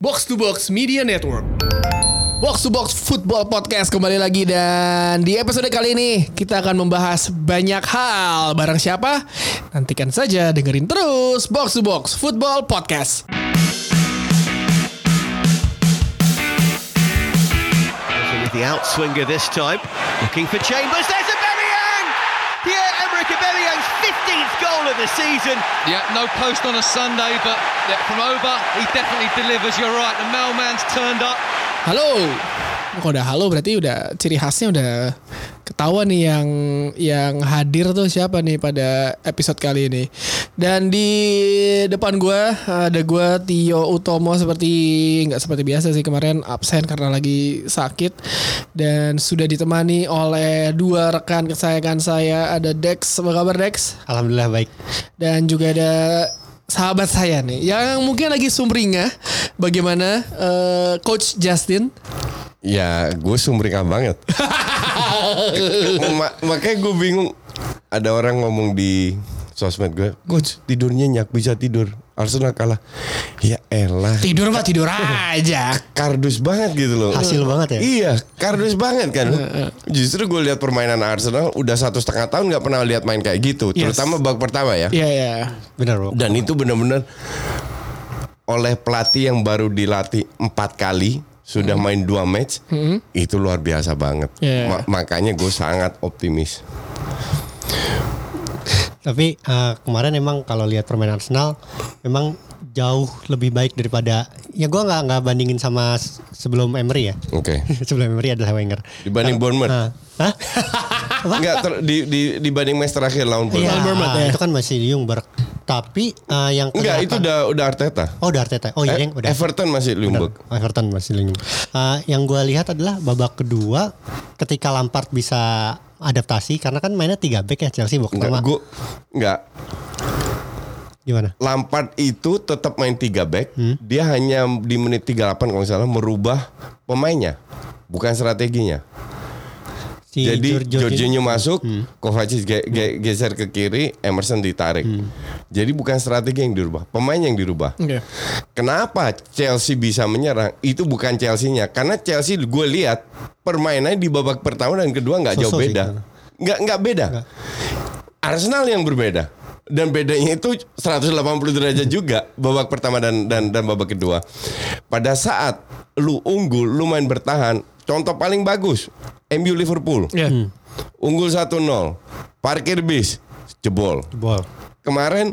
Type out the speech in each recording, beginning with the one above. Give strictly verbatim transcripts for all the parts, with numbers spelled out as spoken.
Box to Box Media Network. Box to Box Football Podcast kembali lagi, dan di episode kali ini kita akan membahas banyak hal. Barang siapa? Nantikan saja, dengerin terus Box to Box Football Podcast. With the outswinger this time, looking for Chambers. There's Aubameyang! Pierre-Emerick Aubameyang's fifteenth goal of the season. Yeah, no post on a Sunday, but yeah, from Oba, he definitely delivers. You're right, the mailman's turned up. Halo. Kalau udah halo berarti udah ciri khasnya udah ketahuan nih yang yang hadir tuh siapa nih pada episode kali ini. Dan di depan gue ada gue Tio Utomo, seperti nggak seperti biasa sih, kemarin absen karena lagi sakit, dan sudah ditemani oleh dua rekan kesayangan saya. Ada Dex, apa kabar Dex? Alhamdulillah baik. Dan juga ada sahabat saya nih yang mungkin lagi sumringah. Bagaimana uh, Coach Justin? Ya gue sumringah banget. Ma- Makanya gue bingung. Ada orang ngomong di sosmed gue, Coach tidurnya nyak, bisa tidur, Arsenal kalah. Ya elah, Tidur mah tidur aja. kardus banget gitu loh. Hasil banget ya. Iya, kardus banget kan. Justru gue lihat permainan Arsenal udah satu setengah tahun nggak pernah lihat main kayak gitu. Yes. Terutama babak pertama ya. Iya iya. Benar bro. Dan itu benar-benar oleh pelatih yang baru dilatih empat kali, sudah hmm. main dua match, hmm. itu luar biasa banget. Yeah. Ma- makanya gue sangat optimis. Tapi uh, kemarin emang kalau lihat permainan Arsenal memang jauh lebih baik daripada, ya gue nggak nggak bandingin sama sebelum Emery ya. Oke. Okay. Sebelum Emery adalah Wenger. Dibanding Bournemouth. Uh, Hah? Enggak ter- di, di dibanding match terakhir lawan Bournemouth. Iya, Bournemouth, ya. itu kan masih Ljungberg. Tapi uh, yang Enggak, itu udah udah Arteta. Oh, udah Arteta. Oh iya, Eh, yang udah. Everton masih Ljungberg. Oh, Everton masih Ljungberg. Uh, yang gue lihat adalah babak kedua ketika Lampard bisa adaptasi, karena kan mainnya tiga back ya Chelsea babak Enggak, pertama. gua enggak. Gimana? Lampard itu tetap main tiga back. Hmm? Dia hanya di menit tiga puluh delapan kalau nggak salah merubah pemainnya, bukan strateginya. Si Jadi Jorginho, Jorginho masuk, hmm. Kovacic ge- ge- geser ke kiri, Emerson ditarik. Hmm. Jadi bukan strategi yang dirubah, pemain yang dirubah. Okay. Kenapa Chelsea bisa menyerang? Itu bukan Chelsea-nya, karena Chelsea gue lihat permainannya di babak pertama dan kedua nggak jauh beda, nggak nggak beda. Enggak. Arsenal yang berbeda. Dan bedanya itu seratus delapan puluh derajat juga babak pertama dan dan dan babak kedua. Pada saat lu unggul, lu main bertahan. Contoh paling bagus, M U Liverpool. Yeah. Hmm. Unggul satu nol. Parkir bis, jebol. Jebol. Kemarin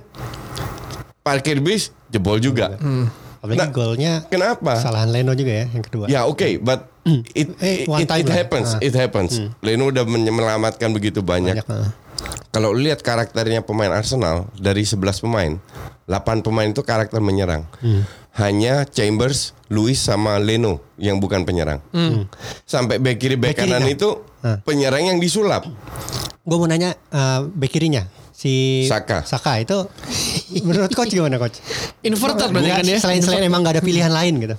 parkir bis, jebol juga. Hmm. Apalagi Nah, golnya kenapa? Kesalahan Leno juga ya yang kedua. Ya oke, okay, but it Eh, it, one it, time it lah. happens, Ah. it happens. Hmm. Leno udah menyelamatkan begitu banyak. Banyak, ah. Kalau lihat karakternya pemain Arsenal, dari sebelas pemain, delapan pemain itu karakter menyerang. Hmm. Hanya Chambers, Luis sama Leno yang bukan penyerang. Hmm. Sampai bek kiri bek kanan kan? itu Ah. penyerang yang disulap. Gue mau nanya uh, bek kirinya si Saka. Saka itu menurut coach gimana coach? Inverted berarti kan ya. Selain selain emang gak ada pilihan lain gitu.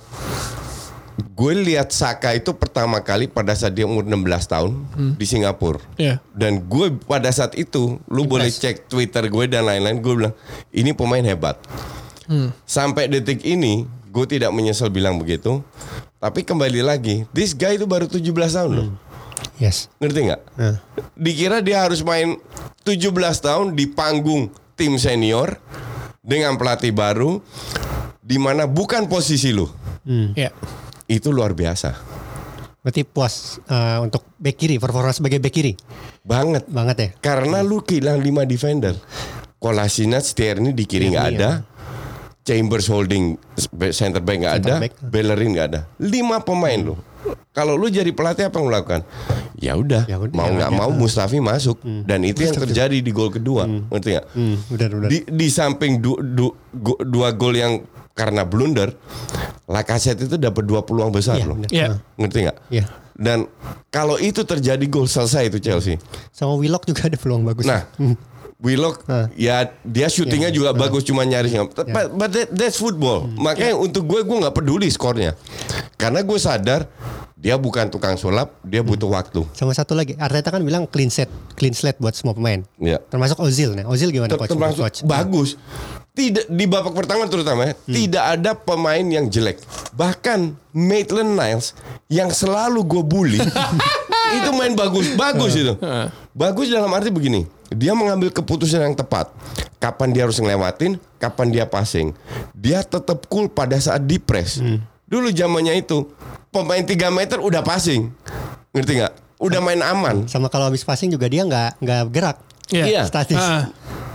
Gue lihat Saka itu pertama kali pada saat dia umur enam belas tahun hmm. di Singapura. Yeah. Dan gue pada saat itu, lu Impress. boleh cek Twitter gue dan lain-lain, gue bilang ini pemain hebat. Hmm. Sampai detik ini gue tidak menyesal bilang begitu. Tapi kembali lagi, this guy itu baru tujuh belas tahun loh. Yes. Ngerti nggak? Uh. Dikira dia harus main tujuh belas tahun di panggung tim senior dengan pelatih baru, di mana bukan posisi lu. Hmm. Yeah. Itu luar biasa. Berarti puas uh, untuk bek kiri, performa sebagai bek kiri. Banget. Banget ya. Karena lu kehilangan lima defender. Kolasinac, Tierney di kiri nggak ada. Chambers holding center back nggak ada. back. Bellerin nggak ada. Lima pemain lu. Kalau lu jadi pelatih apa yang lu lakukan? Ya udah, Ya udah, mau ya nggak udah. mau Mustafi masuk. Hmm. Dan itu yang terjadi di gol kedua. Hmm. Ngerti nggak? Hmm, benar benar. Di, di samping du, du, go, dua gol yang karena blunder, Lacazette itu dapat dua peluang besar Iya, loh. benar. Iya. Ngerti nggak? Iya. Dan kalau itu terjadi gol selesai itu Chelsea. Sama Willock juga ada peluang bagus. Nah, Willock Ah. ya dia syutingnya Ya, juga ah. bagus, cuma nyaris nggak. Ya. But, but that, that's football. Makanya untuk gue gue nggak peduli skornya, karena gue sadar Dia bukan tukang sulap, dia butuh hmm. waktu. Sama satu lagi, Arteta kan bilang clean set, clean slate buat semua pemain. Ya. Termasuk Ozil nih. Ozil gimana Ter- coach? Termasuk coach? bagus. Tidak di babak pertama terutama hmm. tidak ada pemain yang jelek. Bahkan Maitland Niles yang selalu gue bully itu main bagus, bagus itu. Bagus dalam arti begini, dia mengambil keputusan yang tepat. Kapan dia harus ngelewatin, kapan dia passing. Dia tetap cool pada saat di press. Hmm. Dulu zamannya itu pemain tiga meter udah passing. Ngerti nggak? Udah main aman. Sama kalau habis passing juga dia nggak nggak gerak. Iya. Statis. Ah.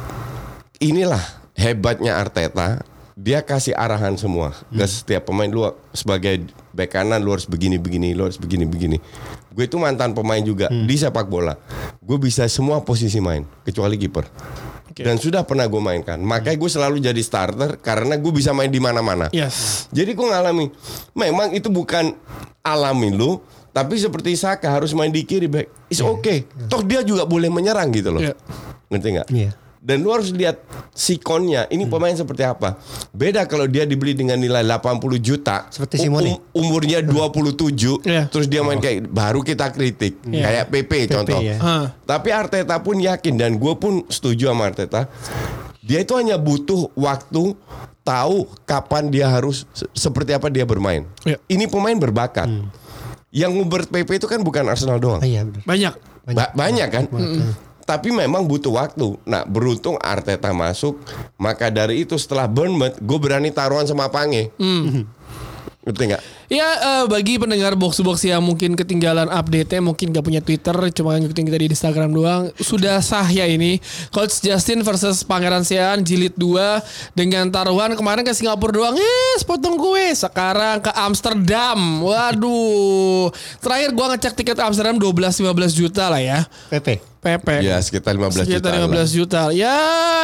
Inilah hebatnya Arteta. Dia kasih arahan semua hmm. ke setiap pemain. Lu sebagai bek kanan lu harus begini-begini, lu harus begini-begini. Gue itu mantan pemain juga hmm. di sepak bola. Gue bisa semua posisi main kecuali kiper. Okay. Dan sudah pernah gue mainkan. Makanya gue selalu jadi starter karena gue bisa main di mana-mana. Yes. Jadi gue ngalami. Memang itu bukan alami lu, tapi seperti Saka harus main di kiri back. It's okay. Yeah. Toh dia juga boleh menyerang gitu loh. Yeah. Ngerti nggak? Iya. Yeah. Dan lu harus lihat sikonnya. Ini pemain hmm. seperti apa. Beda kalau dia dibeli dengan nilai delapan puluh juta. Seperti Simone. Um, umurnya dua puluh tujuh. Yeah. Terus dia main oh. kayak baru kita kritik. Yeah. Kayak P P, P P contoh. Yeah. Huh. Tapi Arteta pun yakin. Dan gue pun setuju sama Arteta. Dia itu hanya butuh waktu. Tahu kapan dia harus. Seperti apa dia bermain. Yeah. Ini pemain berbakat. Hmm. Yang nguber P P itu kan bukan Arsenal doang. Oh, iya, benar. Banyak. Ba- banyak kan. Mm-hmm. Tapi memang butuh waktu. Nah beruntung Arteta masuk. Maka dari itu setelah Bournemouth, gue berani taruhan sama Pange. Hmm. Ngerti gak? Ya uh, bagi pendengar box to box yang mungkin ketinggalan update-nya, mungkin gak punya Twitter, cuma ngikutin kita di Instagram doang. Sudah sah ya ini Coach Justin versus Pangeran Sean jilid dua dengan taruhan kemarin ke Singapura doang. Eh sepotong kue. Sekarang ke Amsterdam. Waduh. Terakhir gue ngecek tiket Amsterdam dua belas lima belas juta lah ya. P P. P P. Ya sekitar lima belas sekitar juta. lima belas juta. Ya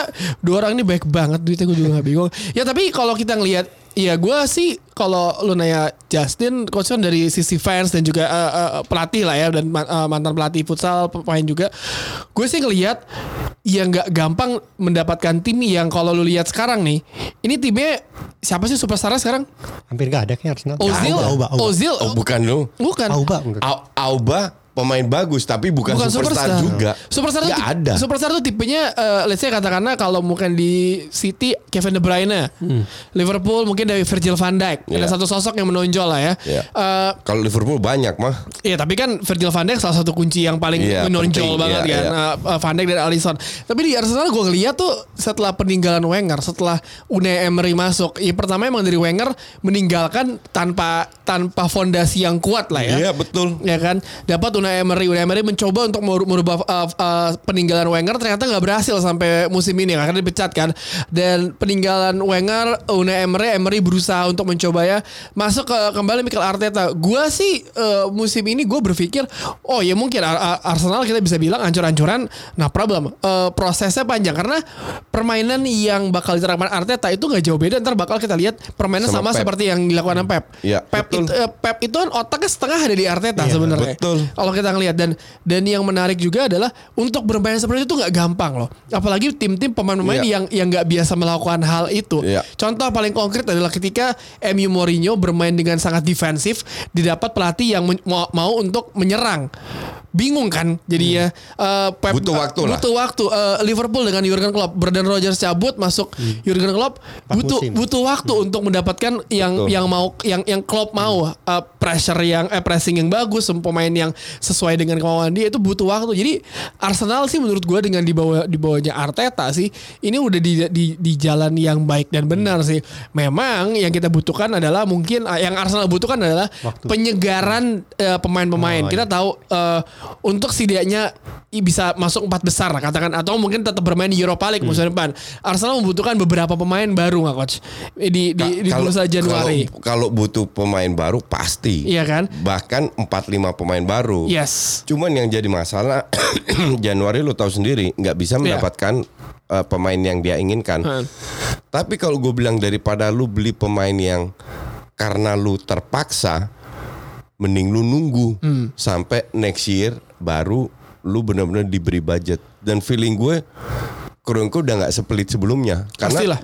dua orang ini baik banget duitnya, gue juga gak bingung. Ya tapi kalau kita ngelihat, ya gue sih kalau lu nanya Justin, coach kan dari sisi fans dan juga uh, uh, pelatih lah ya, dan uh, mantan pelatih futsal, pemain juga. Gue sih ngelihat ya nggak gampang mendapatkan tim yang kalau lu lihat sekarang nih, ini timnya siapa sih superstarnya sekarang? Hampir gak ada kayak Arsenal. Ozil, Auba, Auba, Auba. Ozil, oh bukan lu, bukan. Auba, A- Auba pemain bagus tapi bukan, bukan superstar, superstar juga. Superstar tuh ada. Superstar tuh tipenya uh, let's say katakanlah kalau mungkin di City Kevin De Bruyne, hmm. Liverpool mungkin dari Virgil van Dijk. Yeah. Ada satu sosok yang menonjol lah ya. Yeah. Uh, kalau Liverpool banyak mah. Iya, tapi kan Virgil van Dijk salah satu kunci yang paling yeah, menonjol penting, banget yeah, kan. Yeah. Uh, Van Dijk dan Alisson. Tapi di Arsenal gue ngeliat tuh setelah peninggalan Wenger, setelah Unai Emery masuk, ya pertama emang dari Wenger meninggalkan tanpa tanpa fondasi yang kuat lah ya. Iya, yeah, betul. Ya kan? Dapat Unai Emery, Unai Emery mencoba untuk merubah uh, uh, peninggalan Wenger, ternyata nggak berhasil sampai musim ini karena dipecat kan. Dan peninggalan Wenger, Unai Emery, Emery berusaha untuk mencoba ya masuk ke kembali Mikel Arteta. Gua sih uh, musim ini gue berpikir, oh ya mungkin Ar- Arsenal kita bisa bilang ancur-ancuran, nah problem. Uh, prosesnya panjang karena permainan yang bakal diterapkan Arteta itu nggak jauh beda. Ntar bakal kita lihat permainan sama, sama seperti yang dilakukan Pep. Ya, Pep itu, uh, Pep itu kan otaknya setengah ada di Arteta ya, sebenarnya. Betul. Kalau kita ngelihat dan dan yang menarik juga adalah untuk bermain seperti itu nggak gampang loh, apalagi tim-tim pemain-pemain yeah. yang yang nggak biasa melakukan hal itu. Yeah. Contoh paling konkret adalah ketika M U Mourinho bermain dengan sangat defensif, didapat pelatih yang men- mau, mau untuk menyerang, bingung kan jadinya. hmm. uh, Pep, butuh waktu uh, lah butuh waktu uh, Liverpool dengan Jurgen Klopp, Brendan Rodgers cabut masuk hmm. Jurgen Klopp, butuh musim. butuh waktu hmm. untuk mendapatkan yang Betul. yang mau yang yang Klopp mau hmm. uh, pressure yang eh, pressing yang bagus, pemain yang sesuai dengan kemauan dia, itu butuh waktu. Jadi Arsenal sih menurut gue dengan di bawah di bawahnya Arteta sih ini udah di di di jalan yang baik dan benar sih. Memang yang kita butuhkan adalah mungkin yang Arsenal butuhkan adalah waktu. penyegaran uh, pemain-pemain. Oh, kita iya. tahu uh, untuk setidaknya bisa masuk empat besar katakan, atau mungkin tetap bermain di Europa League hmm. musim depan. Arsenal membutuhkan beberapa pemain baru nggak coach di di, di bulan Januari. Kalau, kalau butuh pemain baru pasti. Iya kan? Bahkan empat lima pemain baru. Yes. Cuman yang jadi masalah Januari lu tahu sendiri nggak bisa mendapatkan yeah. uh, pemain yang dia inginkan. Hmm. Tapi kalau gue bilang daripada lu beli pemain yang karena lu terpaksa, mending lu nunggu hmm. sampai next year baru lu benar-benar diberi budget. Dan feeling gue Kroenke udah nggak sepelit sebelumnya karena ta-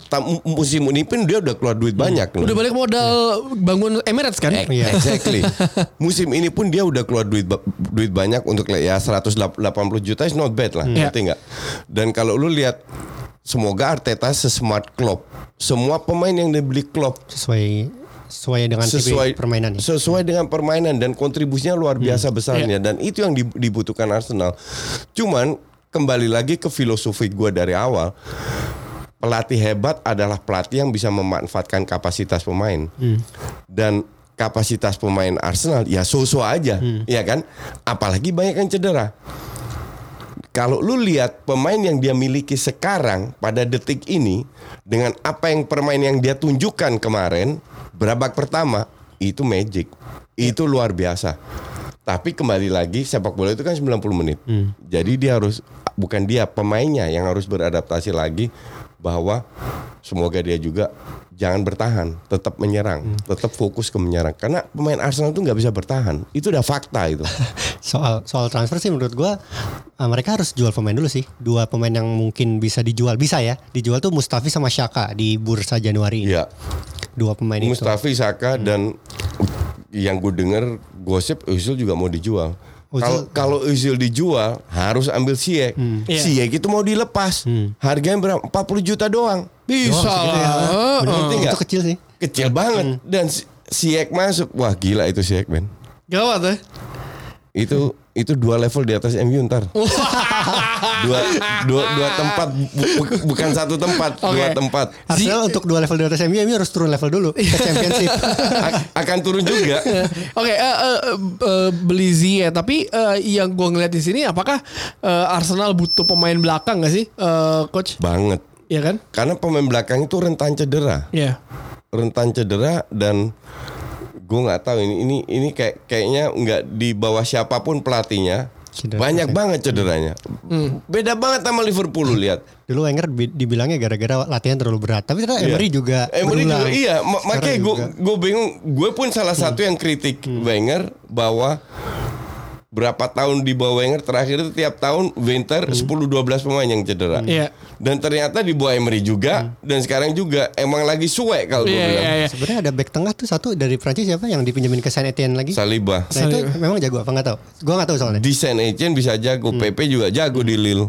tam- musim ini pun dia udah keluar duit banyak. Udah loh. balik modal bangun Emirates kan? Eh, Exactly. Musim ini pun dia udah keluar duit ba- duit banyak untuk ya seratus delapan puluh juta is not bad lah, Hmm. ngerti nggak? Dan kalau lu lihat, semoga Arteta sesmart Klopp. Semua pemain yang dibeli Klopp sesuai sesuai dengan sesuai tipe permainan ya. sesuai dengan permainan dan kontribusinya luar biasa besarnya, dan itu yang di- dibutuhkan Arsenal. Cuman kembali lagi ke filosofi gue dari awal, pelatih hebat adalah pelatih yang bisa memanfaatkan kapasitas pemain. Dan kapasitas pemain Arsenal ya so-so aja, ya kan? Apalagi banyak yang cedera. Kalau lu lihat pemain yang dia miliki sekarang pada detik ini dengan apa yang permain yang dia tunjukkan kemarin babak pertama, itu magic. Itu luar biasa. Tapi kembali lagi, sepak bola itu kan sembilan puluh menit. Jadi dia harus, bukan dia, pemainnya yang harus beradaptasi lagi bahwa semoga dia juga jangan bertahan, tetap menyerang, tetap fokus ke menyerang. Karena pemain Arsenal itu nggak bisa bertahan. Itu udah fakta itu. Soal soal transfer sih menurut gua uh, mereka harus jual pemain dulu sih. Dua pemain yang mungkin bisa dijual, bisa ya. Dijual tuh Mustafi sama Xhaka di bursa Januari ini. Iya. Dua pemain itu. Mustafi, Saka, dan yang gue denger gosip Özil juga mau dijual. Kalau kalau Özil dijual harus ambil Ziyech. Iya. Ziyech itu mau dilepas. Harganya berapa? empat puluh juta doang. Bisa Doang segitu ya. lah. Bener, Ngerti itu nggak? kecil sih. Kecil banget. Dan Ziyech masuk. Wah gila itu Ziyech, men. Gawat ya. Itu itu dua level di atas M U ntar. dua, dua, dua tempat, bu- bukan satu tempat, Oke. dua tempat. Arsenal untuk dua level di atas M U, M U harus turun level dulu ke Championship. A- akan turun juga. Oke, eh, eh, eh, beli Ziyech, tapi eh, yang gue ngeliat di sini, apakah eh, Arsenal butuh pemain belakang gak sih, eh, coach? Banget. Iya kan? Karena pemain belakang itu rentan cedera. Iya. rentan cedera, dan gue nggak tahu ini ini ini kayak kayaknya nggak di bawah siapapun pelatihnya, Cedera banyak selesai. banget cederanya. Beda banget sama Liverpool, lu lihat. Dulu Wenger bi- dibilangnya gara-gara latihan terlalu berat. Tapi ternyata Emery juga Emery juga berulang. iya, ma- Sekarang makanya gue juga. gue bingung. Gue pun salah satu yang kritik Wenger bahwa berapa tahun di bawah Wenger terakhir itu tiap tahun winter sepuluh dua belas pemain yang cedera. Iya. Dan ternyata di bawah Emery juga, dan sekarang juga emang lagi suwe kalau gue Iya, bilang. iya, iya. Sebenarnya ada back tengah tuh satu dari Prancis siapa yang dipinjemin ke Saint Etienne lagi. Saliba. Nah itu memang jago apa nggak tahu? Gue nggak tahu soalnya. Di Saint Etienne bisa jago, P P juga jago di Lille.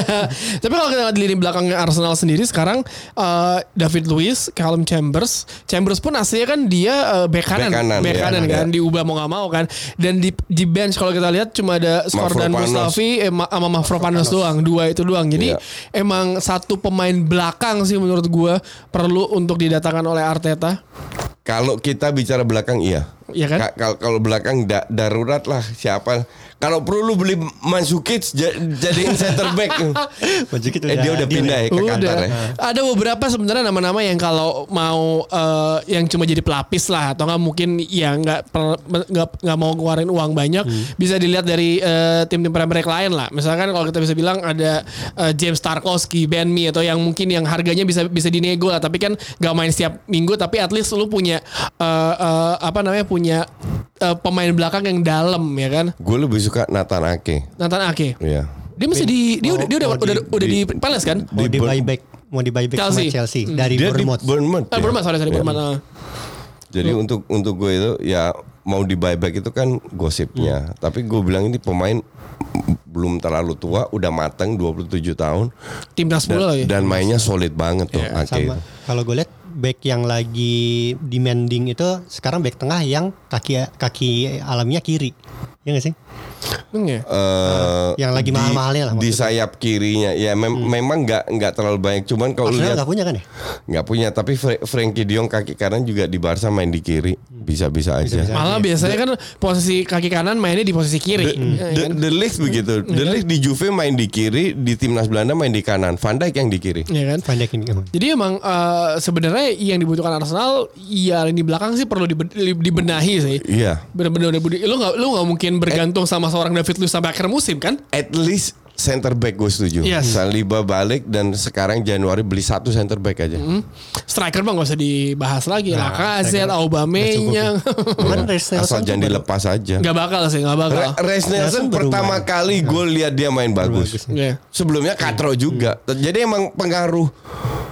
Tapi kalau kita lihat di lini belakangnya Arsenal sendiri sekarang, eh, David Luiz, Callum Chambers, Chambers pun aslinya kan dia eh, back kanan, Back kanan, back iya, kanan kan, iya. diubah mau nggak mau kan. Dan di di bench kalau kita lihat cuma ada Skordan Mavropanos. Mustafi eh, ma- sama Mavropanos doang, dua itu doang. Jadi Iya. emang satu pemain belakang sih menurut gua perlu untuk didatangkan oleh Arteta. Kalau kita bicara belakang iya. Iya kan? Ka- Kalau kalau belakang da- darurat lah siapa. Kalau perlu lu beli Mandzukic ja- jadiin center back. Mandzukic eh dia udah deal pindah ya ke Udah. Qatar ya. Ada beberapa sebenarnya nama-nama yang kalau mau eh, yang cuma jadi pelapis lah atau nggak mungkin ya nggak per- nggak nggak mau ngeluarin uang banyak, bisa dilihat dari eh, tim-tim Premier League lain lah. Misalkan kalau kita bisa bilang ada eh, James Tarkowski, Ben Mee atau yang mungkin yang harganya bisa bisa dinego lah, tapi kan nggak main setiap minggu, tapi at least lu punya eh, eh, apa namanya punya eh, pemain belakang yang dalam ya kan. Gue lebih suka Nathan Ake. Nathan Ake. Iya. Dia masih di dia udah dia udah mau udah, di- udah di, di- Palace kan? Mau di Bur- buyback, mau di buyback sama Chelsea. Chelsea dari Dia Bournemouth. di Bournemouth. Ah, ya. Bournemouth, sorry sorry Iya. Bournemouth. ah. Jadi untuk untuk gue itu ya mau di buyback itu kan gosipnya. Tapi gue bilang ini pemain belum terlalu tua, udah matang dua puluh tujuh tahun Timnas dan, bola lagi. dan mainnya solid banget tuh Ake Sama itu. kalau gue lihat back yang lagi demanding itu sekarang back tengah yang kaki kaki alamnya kiri. Ya nggak sih? Hmm, ya? Eh, Yang lagi di- mahal-mahalnya lah di maksudnya. sayap kirinya ya mem- memang nggak nggak terlalu banyak, cuman kalau Arsenal lihat nggak punya kan ya? nggak punya. Tapi Fra- Frankie De Jong kaki kanan juga di Barca main di kiri, bisa-bisa aja. Bisa-bisa. Malah biasanya kan posisi kaki kanan mainnya di posisi kiri. The, Ya the, kan? the Ligt begitu. The Ligt di Juve main di kiri, di timnas Belanda main di kanan. Van Dijk yang di kiri. Ya kan? Van Dijk ini. Jadi emang eh, sebenarnya yang dibutuhkan Arsenal ya di belakang sih perlu dibe- dibenahi sih. Iya. Benar-benar lu nggak lu nggak mungkin bergantung sama seorang David Luiz sampai akhir musim kan? At least center back gue setuju. Yes. Saliba balik dan sekarang Januari beli satu center back aja. Hmm. Striker mah gak usah dibahas lagi. Nah, Lacazette, striker Aubameyang. Kemarin Reece Nelson Asal tuh jangan baru- dilepas aja. Gak bakal sih, gak bakal. Re- Reece Nelson Nelson baru pertama main. kali gue lihat dia main bagus. bagus. Iya. Sebelumnya Katro juga. Jadi emang pengaruh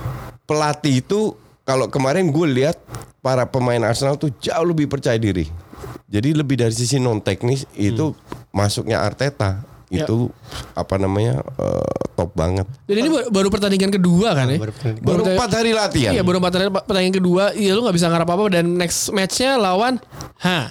pelatih itu kalau kemarin gue lihat para pemain Arsenal tuh jauh lebih percaya diri. Jadi lebih dari sisi non teknis itu hmm. masuknya Arteta itu ya. apa namanya uh, top banget. Dan ini baru pertandingan kedua kan ya? Baru, baru empat hari latihan. Iya baru empat hari pertandingan kedua. Iya lu nggak bisa ngarap apa dan next matchnya lawan ha.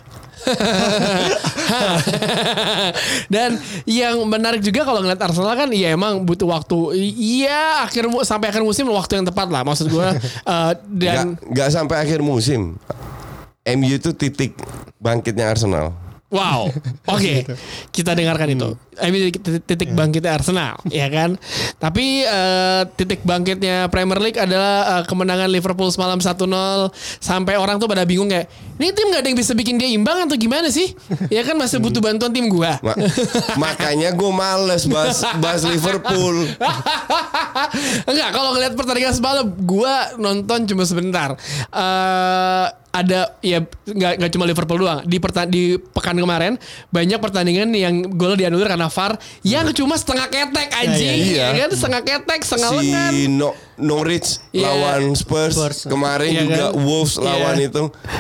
Dan yang menarik juga kalau ngeliat Arsenal kan ya emang butuh waktu. Iya akhir sampai akhir musim waktu yang tepat lah maksud gue. uh, dan nggak, nggak sampai akhir musim. M U itu titik bangkitnya Arsenal. Wow, oke, okay. Kita dengarkan itu. I mean, titik bangkitnya Arsenal, ya kan. Tapi uh, titik bangkitnya Premier League adalah uh, kemenangan Liverpool semalam satu nol. Sampai orang tuh pada bingung kayak, ini tim gak ada yang bisa bikin dia imbang atau gimana sih? Ya kan masih butuh bantuan tim gua. Ma- makanya gue males bahas, bahas Liverpool. Enggak, kalau ngeliat pertandingan semalam, gua nonton cuma sebentar. Uh, ada ya nggak nggak cuma Liverpool doang di perta- di pekan kemarin banyak pertandingan yang gol dianulir karena V A R yang cuma setengah ketek anjing iya, iya. Ya kan setengah ketek setengah si lengan no, Norwich yeah. lawan Spurs, Spurs. kemarin yeah, juga kan? Wolves lawan yeah. itu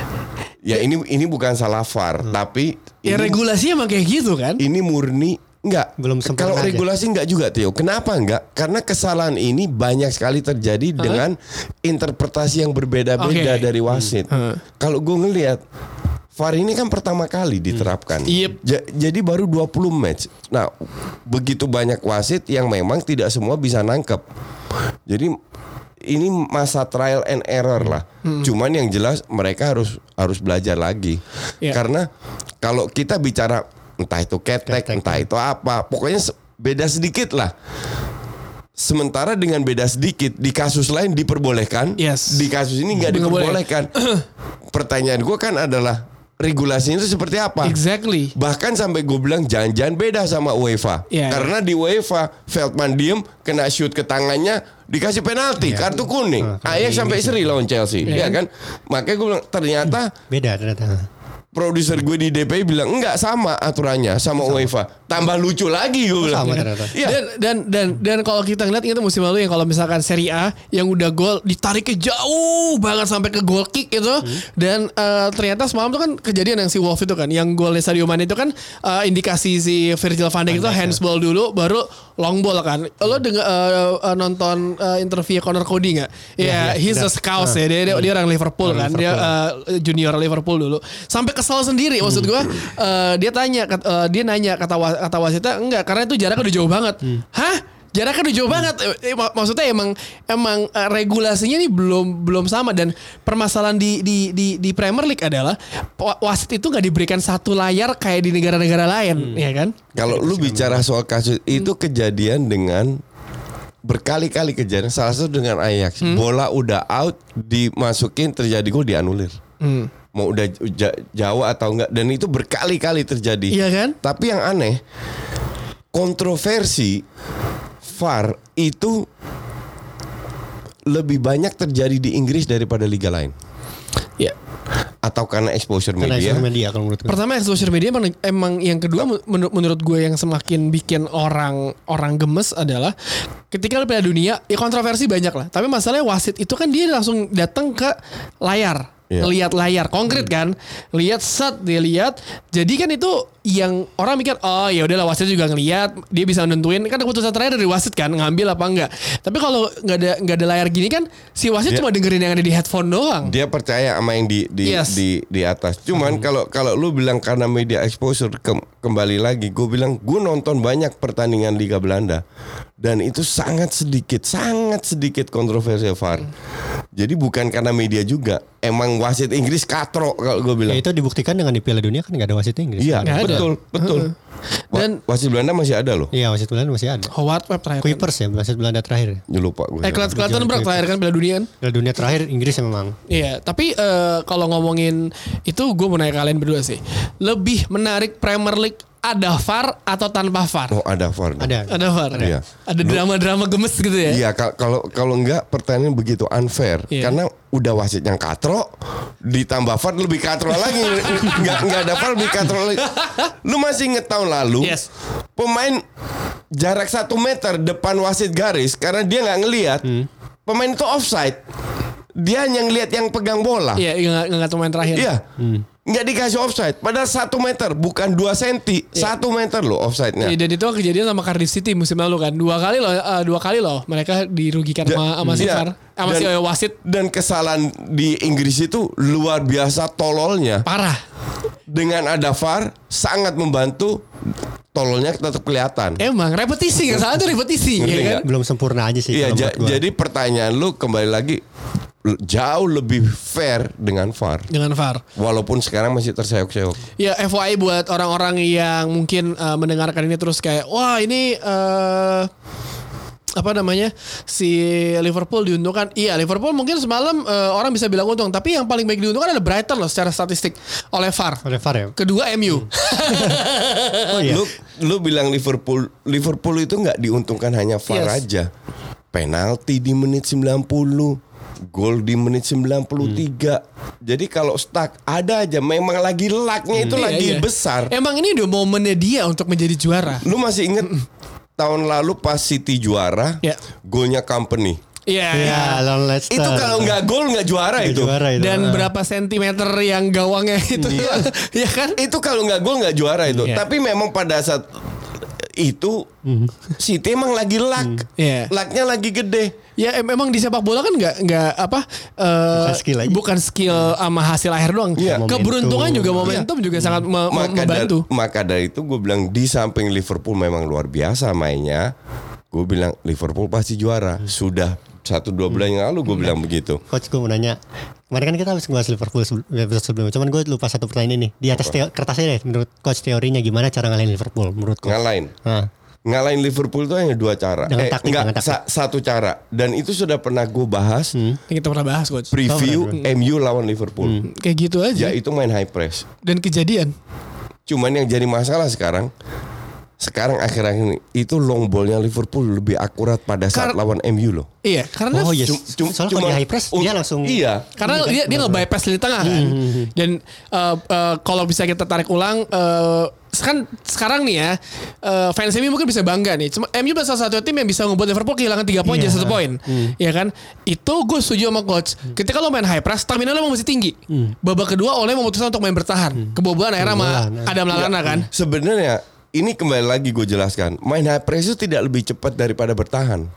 ya ini ini bukan salah V A R hmm. tapi ya ini, regulasi emang kayak gitu kan ini murni. Enggak, belum sempurna. Kalau regulasi enggak juga Theo. Kenapa enggak? Karena kesalahan ini banyak sekali terjadi huh? dengan interpretasi yang berbeda-beda okay. dari wasit. Hmm. Kalau gue ngelihat V A R ini kan pertama kali diterapkan. Hmm. Yep. Ja- jadi baru dua puluh match. Nah, begitu banyak wasit yang memang tidak semua bisa nangkep. Jadi ini masa trial and error lah. Hmm. Cuman yang jelas mereka harus harus belajar lagi. Yeah. Karena kalau kita bicara entah itu ketek, ketek, entah itu apa, pokoknya beda sedikit lah. Sementara dengan beda sedikit di kasus lain diperbolehkan, yes. di kasus ini nggak diperbolehkan. Pertanyaan gue kan adalah regulasinya itu seperti apa? Exactly. Bahkan sampai gue bilang jangan-jangan beda sama UEFA, yeah, karena yeah. di UEFA Veltman diem kena shoot ke tangannya dikasih penalti, yeah. kartu kuning. Uh, Ajax sampai seri lawan Chelsea, yeah. ya kan? Makanya gue bilang ternyata beda ternyata. Produser gue di D P I bilang enggak sama aturannya sama, sama. UEFA. Tambah lucu lagi gue bilang. Sama ternyata. Ya. Dan dan dan dan kalau kita ngeliat itu musim lalu yang kalau misalkan Serie A yang udah gol ditarik ke jauh banget sampai ke goal kick itu hmm. dan uh, ternyata semalam tuh kan kejadian yang si Wolf itu kan yang golnya Sadio Mane itu kan uh, indikasi si Virgil van Dijk itu handsball dulu baru long ball kan. Hmm. Lo dengar uh, uh, nonton uh, interview Connor Cody enggak? Ya, yeah, yeah, he's a scout uh, ya. Dia, dia, dia orang Liverpool orang kan. Liverpool. Dia uh, junior Liverpool dulu. Sampai ke kesel sendiri maksud gue uh, dia tanya uh, dia nanya kata kata wasitnya enggak karena itu jaraknya udah jauh banget. Hmm. Hah? Jaraknya udah jauh hmm. banget. Maksudnya emang emang uh, regulasinya ini belum belum sama dan permasalahan di di di di Premier League adalah wasit itu enggak diberikan satu layar kayak di negara-negara lain, hmm. ya kan? Kalau lu bicara soal kasus hmm. itu kejadian dengan berkali-kali kejadian salah satu dengan Ajax. Hmm. Bola udah out dimasukin terjadi gol dianulir. Hmm. Mau udah jauh atau enggak dan itu berkali-kali terjadi. Iya kan? Tapi yang aneh kontroversi V A R itu lebih banyak terjadi di Inggris daripada liga lain. Ya. Atau karena exposure media. Karena exposure media kalau menurut gue. Pertama exposure media emang, emang yang kedua menurut, menurut gue yang semakin bikin orang orang gemes adalah ketika Piala Dunia ya kontroversi banyak lah. Tapi masalahnya wasit itu kan dia langsung datang ke layar. Yeah. Lihat layar konkret kan, lihat set dia lihat, jadi kan itu yang orang mikir oh ya udahlah wasit juga ngelihat, dia bisa nentuin kan keputusan terakhir dari wasit kan ngambil apa enggak. Tapi kalau nggak ada nggak ada layar gini kan si wasit dia, cuma dengerin yang ada di headphone doang. Dia percaya sama yang di di yes. di, di atas. Cuman kalau hmm. kalau lu bilang karena media exposure ke, kembali lagi, gue bilang gue nonton banyak pertandingan Liga Belanda dan itu sangat sedikit sangat sedikit kontroversial V A R. Hmm. Jadi bukan karena media juga. Emang wasit Inggris katro kalau gue bilang. Ya itu dibuktikan dengan di Piala Dunia kan nggak ada wasit Inggris. Iya betul ada. betul. Uh-huh. Dan wasit Belanda masih ada loh. Iya wasit Belanda masih ada. Howard Webb terakhir. Kuipers ya wasit Belanda terakhir. Ya lupa gue. Eh Klatenberg terakhir kan Piala Dunia kan. Piala Dunia terakhir Inggris memang. Iya tapi uh, kalau ngomongin itu gue mau nanya kalian berdua sih. Lebih menarik Premier League ada V A R atau tanpa V A R? Oh ada V A R. Ada. Ada V A R. Ada, iya. ada drama-drama gemes gitu ya? Iya kalau kalau enggak pertandingan begitu unfair iya. Karena udah wasit yang katro ditambah V A R lebih katro lagi. Enggak enggak ada V A R lebih katro lagi. Lu masih inget tahun lalu? Yes. Pemain jarak satu meter depan wasit garis karena dia nggak ngelihat. Hmm. pemain itu offside. Dia hanya ngelihat yang pegang bola. Iya, nggak nggak pemain terakhir. Iya. Hmm. Nggak dikasih offside. Padahal satu meter, bukan dua senti, yeah. satu meter loh offside-nya. Yeah, dan itu kejadian sama Cardiff City musim lalu kan, dua kali loh, uh, dua kali loh mereka dirugikan dan, sama sama si V A R, sama si wasit. Dan kesalahan di Inggris itu luar biasa tololnya. Parah. Dengan ada V A R sangat membantu. Tololnya tetap kelihatan. Emang repetisi kan, salah itu repetisi. Ya kan? Belum sempurna aja sih. Iya, ja, jadi pertanyaan lu kembali lagi. Jauh lebih fair dengan V A R. Dengan V A R. Walaupun sekarang masih terseok-seok. Ya F Y I buat orang-orang yang mungkin uh, mendengarkan ini terus kayak wah ini uh, apa namanya si Liverpool diuntungkan. Iya Liverpool mungkin semalam uh, orang bisa bilang untung, tapi yang paling baik diuntungkan adalah Brighton loh secara statistik oleh V A R. Oleh V A R ya. Kedua M U. Hmm. Oh, iya. Lu lu bilang Liverpool Liverpool itu nggak diuntungkan hanya V A R yes. aja. Penalti di menit sembilan puluh. Gol di menit sembilan puluh tiga. Hmm. Jadi kalau stuck ada aja. Memang lagi lucknya itu hmm. lagi iya, iya. besar. Emang ini udah momennya dia untuk menjadi juara. Lu masih inget tahun lalu pas City juara, yeah. golnya Company. Iya, yeah, yeah. Itu kalau nggak gol nggak juara, itu. juara itu. Dan uh. berapa sentimeter yang gawangnya itu, yeah. ya kan? Itu kalau nggak gol nggak juara itu. Yeah. Tapi memang pada saat itu mm. City emang lagi luck, mm. yeah. lucknya lagi gede. Ya memang di sepak bola kan nggak nggak apa uh, bukan skill aja. bukan skill sama hasil akhir doang. Yeah. Keberuntungan juga momentum yeah. juga sangat me- maka membantu. Dari, maka dari itu gue bilang di samping Liverpool memang luar biasa mainnya. Gue bilang Liverpool pasti juara. Sudah satu dua bulan yang lalu gue bilang begitu. Coach gue mau nanya, kemarin kan kita habis ngebahas Liverpool episode sebelumnya. Cuman gue lupa satu pertanyaan ini. Di atas teo- kertasnya deh, menurut coach teorinya gimana cara ngalahin Liverpool? Menurut coach. Ngalahin. Nah. Ngalahin Liverpool itu hanya dua cara. Dengan eh, taktik, enggak, dengan taktik. Sa- satu cara. Dan itu sudah pernah gue bahas. Hmm. Kita pernah bahas coach. Preview oh, M U lawan Liverpool. Hmm. Kayak gitu aja. Ya itu main high press. Dan kejadian. Cuman yang jadi masalah sekarang. Sekarang akhir-akhir ini itu long ballnya Liverpool lebih akurat pada saat Kar- lawan M U loh. Iya, karena oh, yes. cum- soalnya kalau di high press dia langsung iya. Karena dia dia nge-bypass di tengah kan. Hmm. Dan uh, uh, kalau bisa kita tarik ulang uh, kan sekarang nih ya uh, fans M U mungkin bisa bangga nih. Cuma M U adalah salah satu tim yang bisa membuat Liverpool kehilangan tiga poin yeah. jadi satu poin. Hmm. Ya kan? Itu gue setuju sama coach. Hmm. Ketika lo main high press, stamina lo masih tinggi. Hmm. Babak kedua Ole memutuskan untuk main bertahan. Hmm. Kebobolan akhirnya sama Adam Lallana kan. Sebenarnya ini kembali lagi gue jelaskan. Main high press itu tidak lebih cepat daripada bertahan.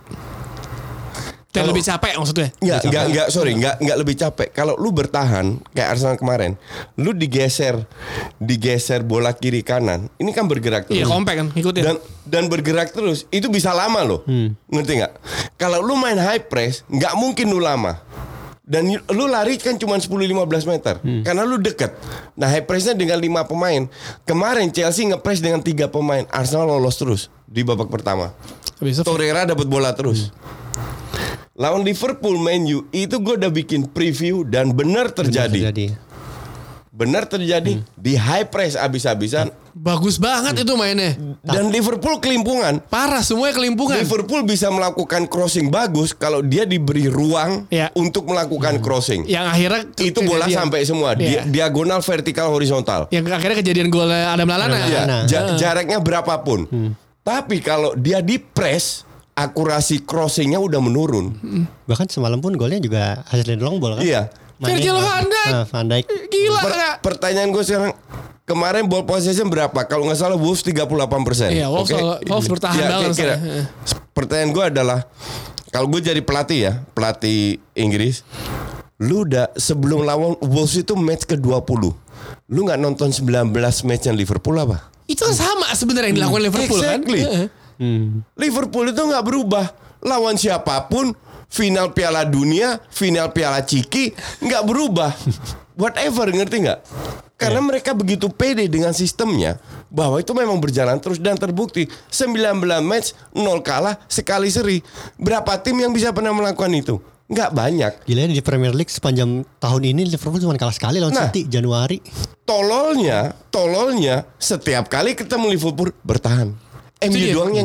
Dan lebih capek maksudnya? Enggak, enggak, enggak, sorry, enggak, enggak lebih capek. Kalau lu bertahan kayak Arsenal kemarin, lu digeser, digeser bola kiri kanan, ini kan bergerak terus. Iya, kompak kan, ikutin. Dan dan bergerak terus, itu bisa lama loh. Hmm. Ngerti nggak? Kalau lu main high press, nggak mungkin lu lama. Dan lu lari kan cuma sepuluh sampai lima belas meter. Hmm. Karena lu deket. Nah high pressnya dengan lima pemain. Kemarin Chelsea nge-press dengan tiga pemain. Arsenal lolos terus di babak pertama. Torreira dapat bola terus. Hmm. Lawan Liverpool Man U itu gue udah bikin preview dan benar terjadi. Benar terjadi hmm. di high press abis-abisan. Bagus banget hmm. itu mainnya. Dan Liverpool kelimpungan. Parah, semuanya kelimpungan. Liverpool bisa melakukan crossing bagus kalau dia diberi ruang ya. untuk melakukan hmm. crossing. Yang akhirnya itu bola kejadian. Sampai semua ya. Diagonal, vertikal, horizontal. Yang akhirnya kejadian gol Adam Lallana. Ya. Ja- jaraknya berapapun. Hmm. Tapi kalau dia di press, akurasi crossingnya udah menurun. Hmm. Bahkan semalam pun golnya juga hasil long ball kan? Iya. Virgil van Dijk. Nah, Van Dijk. Gila per- gak? Pertanyaan gue sekarang, kemarin ball possession berapa? Kalau nggak salah Wolves tiga puluh delapan persen. Iya, Wolves, okay. Wolves bertahan ya, banget. Kira. Pertanyaan gue adalah, kalau gue jadi pelatih ya, pelatih Inggris, lu udah sebelum lawan Wolves itu match ke dua puluh. Lu nggak nonton sembilan belas match yang Liverpool apa? Itu kan sama sebenarnya yang dilakukan hmm. Liverpool exactly. kan? Hmm. Liverpool itu nggak berubah. Lawan siapapun, final Piala Dunia, final Piala Ciki, nggak berubah. Whatever, ngerti nggak? Karena yeah. mereka begitu pede dengan sistemnya bahwa itu memang berjalan terus dan terbukti sembilan belas match, nol kalah, sekali seri. Berapa tim yang bisa pernah melakukan itu? Nggak banyak. Gila di Premier League sepanjang tahun ini Liverpool cuma kalah sekali lawan nah, City Januari. Tololnya, tololnya setiap kali ketemu Liverpool bertahan. M U doangnya enggak.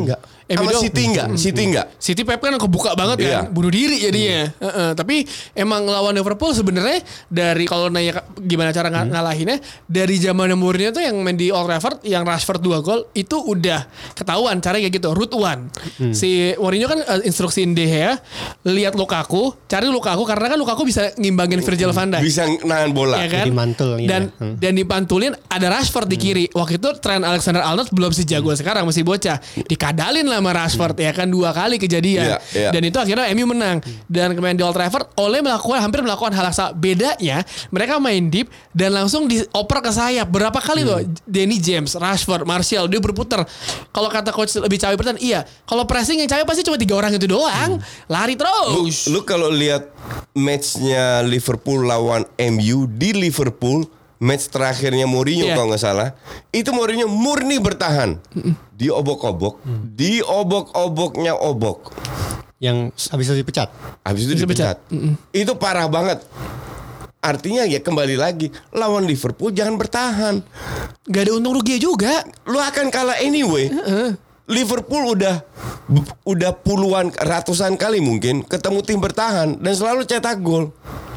M U Sama doang. City enggak? City enggak? City Pep kan kebuka banget kan, Iya. bunuh diri jadinya. Hmm. Uh-uh. Tapi emang lawan Liverpool sebenarnya dari kalau nanya gimana cara ng- ngalahinnya, dari zaman Mourinho tuh yang main di Old Trafford, yang Rashford dua gol itu udah ketahuan caranya kayak gitu. Route one. Hmm. Si Mourinho kan uh, instruksiin De Gea, lihat Lukaku, cari Lukaku karena kan Lukaku bisa ngimbangin Virgil van Dijk. Bisa nahan bola. Ya kan? Jadi mantul ini dan ya. Hmm. dan dipantulin ada Rashford di kiri. Waktu itu Trent Alexander-Arnold belum sejago sekarang, masih bocah. Dikadalin lah sama Rashford ya kan, dua kali kejadian. Iya, iya. Dan itu akhirnya M U menang. Dan kemarin di Old Trafford Ole melakukan hampir melakukan hal yang sama. Bedanya mereka main deep dan langsung dioper ke sayap. Berapa kali tuh Danny James, Rashford, Martial dia berputar. Kalau kata coach lebih cawe bertahan, iya. Kalau pressing yang cawe pasti cuma tiga orang itu doang. Lari Lu, terus. lu kalau lihat matchnya Liverpool lawan M U di Liverpool, match terakhirnya Mourinho Iya. kalau nggak salah, itu Mourinho murni bertahan, diobok-obok, diobok-oboknya obok, Yang habis itu dipecat. habis itu Dipecat. dipecat. Itu parah banget. Artinya ya kembali lagi lawan Liverpool jangan bertahan, Gak ada untung rugi juga. lu akan kalah anyway. Liverpool udah udah puluhan ratusan kali mungkin ketemu tim bertahan dan selalu cetak gol.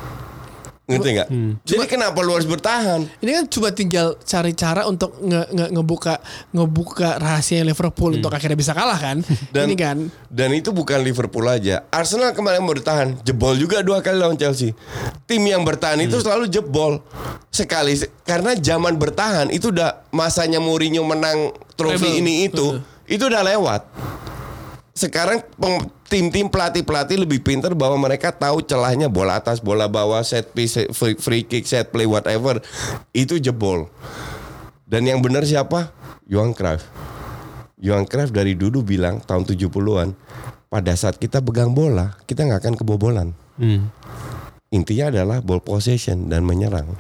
Ngerti nggak? Jadi kenapa lu harus bertahan? Ini kan cuma tinggal cari cara untuk nge, nge, ngebuka ngebuka rahasia Liverpool untuk akhirnya bisa kalah kan. Dan, Ini kan. dan itu bukan Liverpool aja. Arsenal kemarin mau bertahan, jebol juga dua kali lawan Chelsea. Tim yang bertahan itu selalu jebol sekali karena zaman bertahan itu udah masanya Mourinho menang trofi Treble. ini itu, itu udah lewat. Sekarang pem- tim-tim pelatih-pelatih lebih pintar bahwa mereka tahu celahnya bola atas, bola bawah, set piece, free, free kick, set play, whatever. Itu jebol. Dan yang benar siapa? Johan Cruyff. Johan Cruyff dari dulu bilang tahun tujuh puluhan, pada saat kita pegang bola, kita nggak akan kebobolan. Hmm. Intinya adalah ball possession dan menyerang.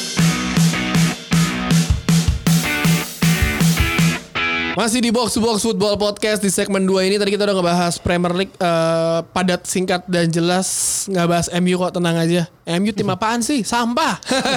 Masih di Box to Box Football Podcast di segmen dua ini. Tadi kita udah ngebahas Premier League uh, padat, singkat dan jelas. Nggak bahas M U kok, tenang aja. M U tim apaan sih? Sampah.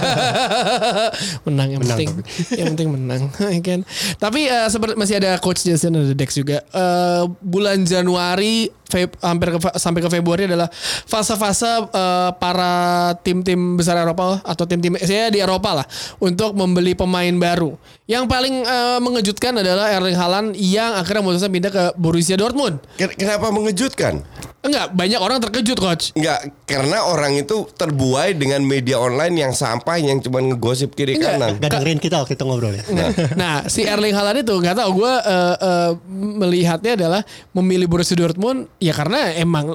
Menang yang Menang, penting. Yang penting menang, ya kan. Tapi uh, seperti masih ada Coach Jason dan Dex juga. Uh, bulan Januari Feb, hampir ke, sampai ke Februari adalah fase-fase uh, para tim-tim besar Eropa atau tim-tim saya di Eropa lah untuk membeli pemain baru. Yang paling uh, mengejutkan adalah Erling Haaland yang akhirnya memutuskan pindah ke Borussia Dortmund. Ken- Kenapa mengejutkan? Enggak, banyak orang terkejut, Coach. Enggak, karena orang itu terbuai dengan media online yang sampah yang cuma ngegosip kiri Enggak. kanan. Gak dengerin kita waktu itu ngobrol ya. Nah, nah, si Erling Haaland itu nggak tahu, gue uh, uh, melihatnya adalah memilih Borussia Dortmund ya karena emang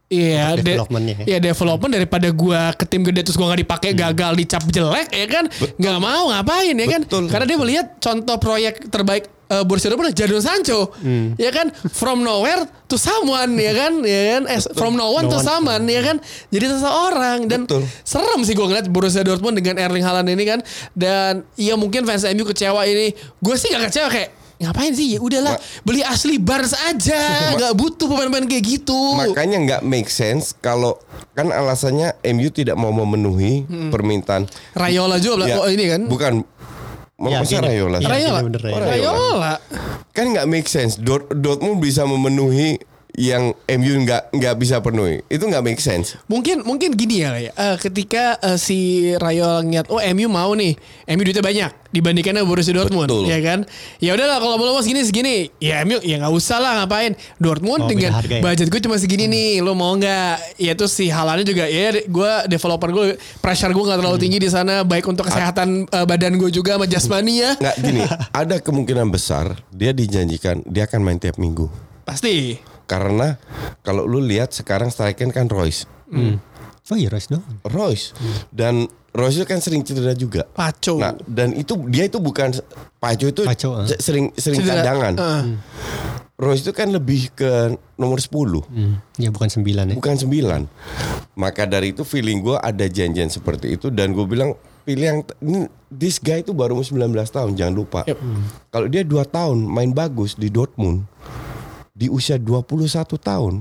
ya de- Development-nya ya ya. development daripada gue ke tim gede terus gue nggak dipakai, gagal, dicap jelek ya kan, nggak mau ngapain ya kan, Betul. karena dia melihat contoh proyek terbaik uh, Borussia Dortmund Jadon Sancho, ya kan, from nowhere to someone ya kan, ya kan, eh, from no one No to one. someone ya kan, jadi seseorang. Dan Betul. serem sih gue ngeliat Borussia Dortmund dengan Erling Haaland ini kan. Dan iya mungkin fans M U kecewa ini. Gue sih gak kecewa, kayak ngapain sih, ya udahlah beli Ashley Barnes aja, nggak butuh pemain-pemain kayak gitu. Makanya nggak make sense kalau kan alasannya M U tidak mau memenuhi permintaan. Rayola juga Ya, oh ini kan, bukan Ya, masa gini. Rayola. Iya, Rayola. bener, bener, Oh, Rayola. Rayola. Kan nggak make sense. Dort- Dortmund bisa memenuhi yang M U nggak nggak bisa penuhi. Itu nggak make sense. Mungkin mungkin gini ya, kayak uh, ketika uh, si Rayola ngeliat oh M U mau nih, M U duitnya banyak dibandingkan sama Borussia Dortmund, Betul. ya kan? Ya udahlah kalau mau segini segini, ya M U ya nggak usah lah, ngapain? Dortmund Oh, dengan beda harga ya? budget gue cuma segini nih, lo mau nggak? Ya itu si Haalandnya juga, ya gue developer gue pressure gue nggak terlalu tinggi di sana, baik untuk kesehatan uh, badan gue juga sama jasmani ya. Nggak gini. Ada kemungkinan besar dia dijanjikan dia akan main tiap minggu. Pasti. Karena kalau lu lihat sekarang striker kan Royce. Oh iya Royce dong. Royce dan Royce itu kan sering cedera juga. Paco. Nah, dan itu dia itu bukan Paco itu Paco, ah. c- sering sering Cedera. cadangan. Uh. Royce itu kan lebih ke nomor sepuluh, Hmm. Ya bukan sembilan ya. bukan sembilan. Maka dari itu feeling gue ada janjian seperti itu dan gue bilang pilih yang ini, this guy itu baru umur sembilan belas tahun, jangan lupa. Yep. Kalau dia dua tahun main bagus di Dortmund, di usia dua puluh satu tahun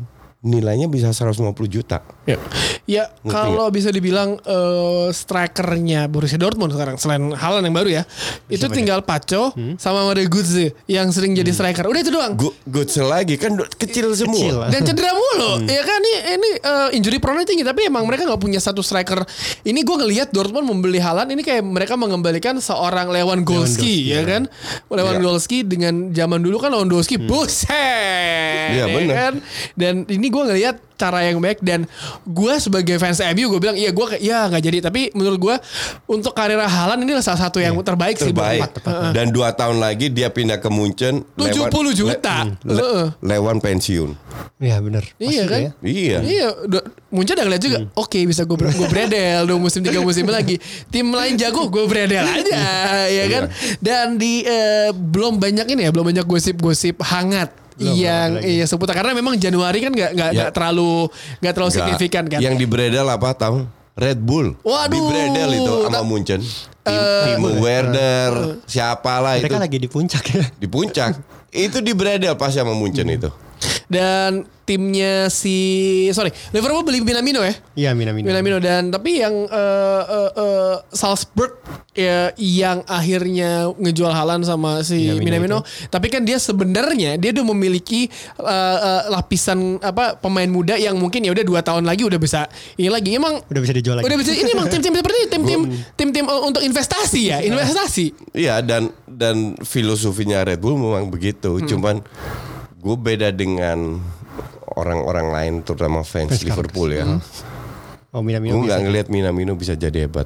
nilainya bisa seratus lima puluh juta. Ya, ya kalau bisa dibilang uh, strikernya Borussia Dortmund sekarang selain Haaland yang baru ya, bisa itu beda. Tinggal Pacho hmm? sama Mario Götze yang sering jadi striker. Udah itu doang. Götze lagi kan kecil semua. Kecil. Dan cedera mulu. Hmm. Ya kan ini ini uh, injury prone tinggi, tapi emang mereka nggak punya satu striker. Ini gue ngelihat Dortmund membeli Haaland ini kayak mereka mengembalikan seorang Lewandowski, Lewandowski ya kan. Lewandowski ya. Dengan zaman dulu kan Lewandowski hmm. buset. Iya benar. Kan? Dan ini gue ngelihat cara yang baik dan gue sebagai fans M U gue bilang iya gue ya nggak jadi, tapi menurut gue untuk karir Haaland ini salah satu yang ya, terbaik, terbaik sih terbaik dan dua tahun lagi dia pindah ke Munchen tujuh puluh juta le, le, Lewan pensiun. Iya benar. Iya kan? Ya? Iya. Iya. Munchen udah ngeliat juga. Hmm. Oke okay, bisa gue gue bredel dua musim tiga musim lagi. Tim lain jago gue bredel aja, ya kan? Dan di uh, belum banyak ini ya, belum banyak gosip-gosip hangat. Belum, yang iya seputar karena memang Januari kan nggak nggak ya. terlalu nggak terlalu gak. signifikan kan. Yang di bredel apa tahu? Red Bull. Waduh. Di bredel itu sama Munchen. Uh, Timo Werner, uh, siapalah itu. Mereka lagi di puncak ya. Di puncak. Itu di bredel pas sama Munchen hmm. itu. Dan timnya si sorry Liverpool beli Minamino ya? Iya Minamino. Minamino dan tapi yang uh, uh, uh, Salzburg ya yang akhirnya ngejual Haaland sama si Minamino. Minamino tapi kan dia sebenarnya dia udah memiliki uh, uh, lapisan apa pemain muda yang mungkin ya udah dua tahun lagi udah bisa ini lagi emang udah bisa dijual lagi. Udah bisa ini emang tim-tim seperti tim-tim tim-tim uh, untuk investasi ya investasi. Iya dan dan filosofinya Red Bull memang begitu. Hmm. Cuman gue beda dengan orang-orang lain terutama fans, fans Liverpool ya. Hmm. Oh, Minamino gue nggak ngelihat Minamino bisa jadi hebat.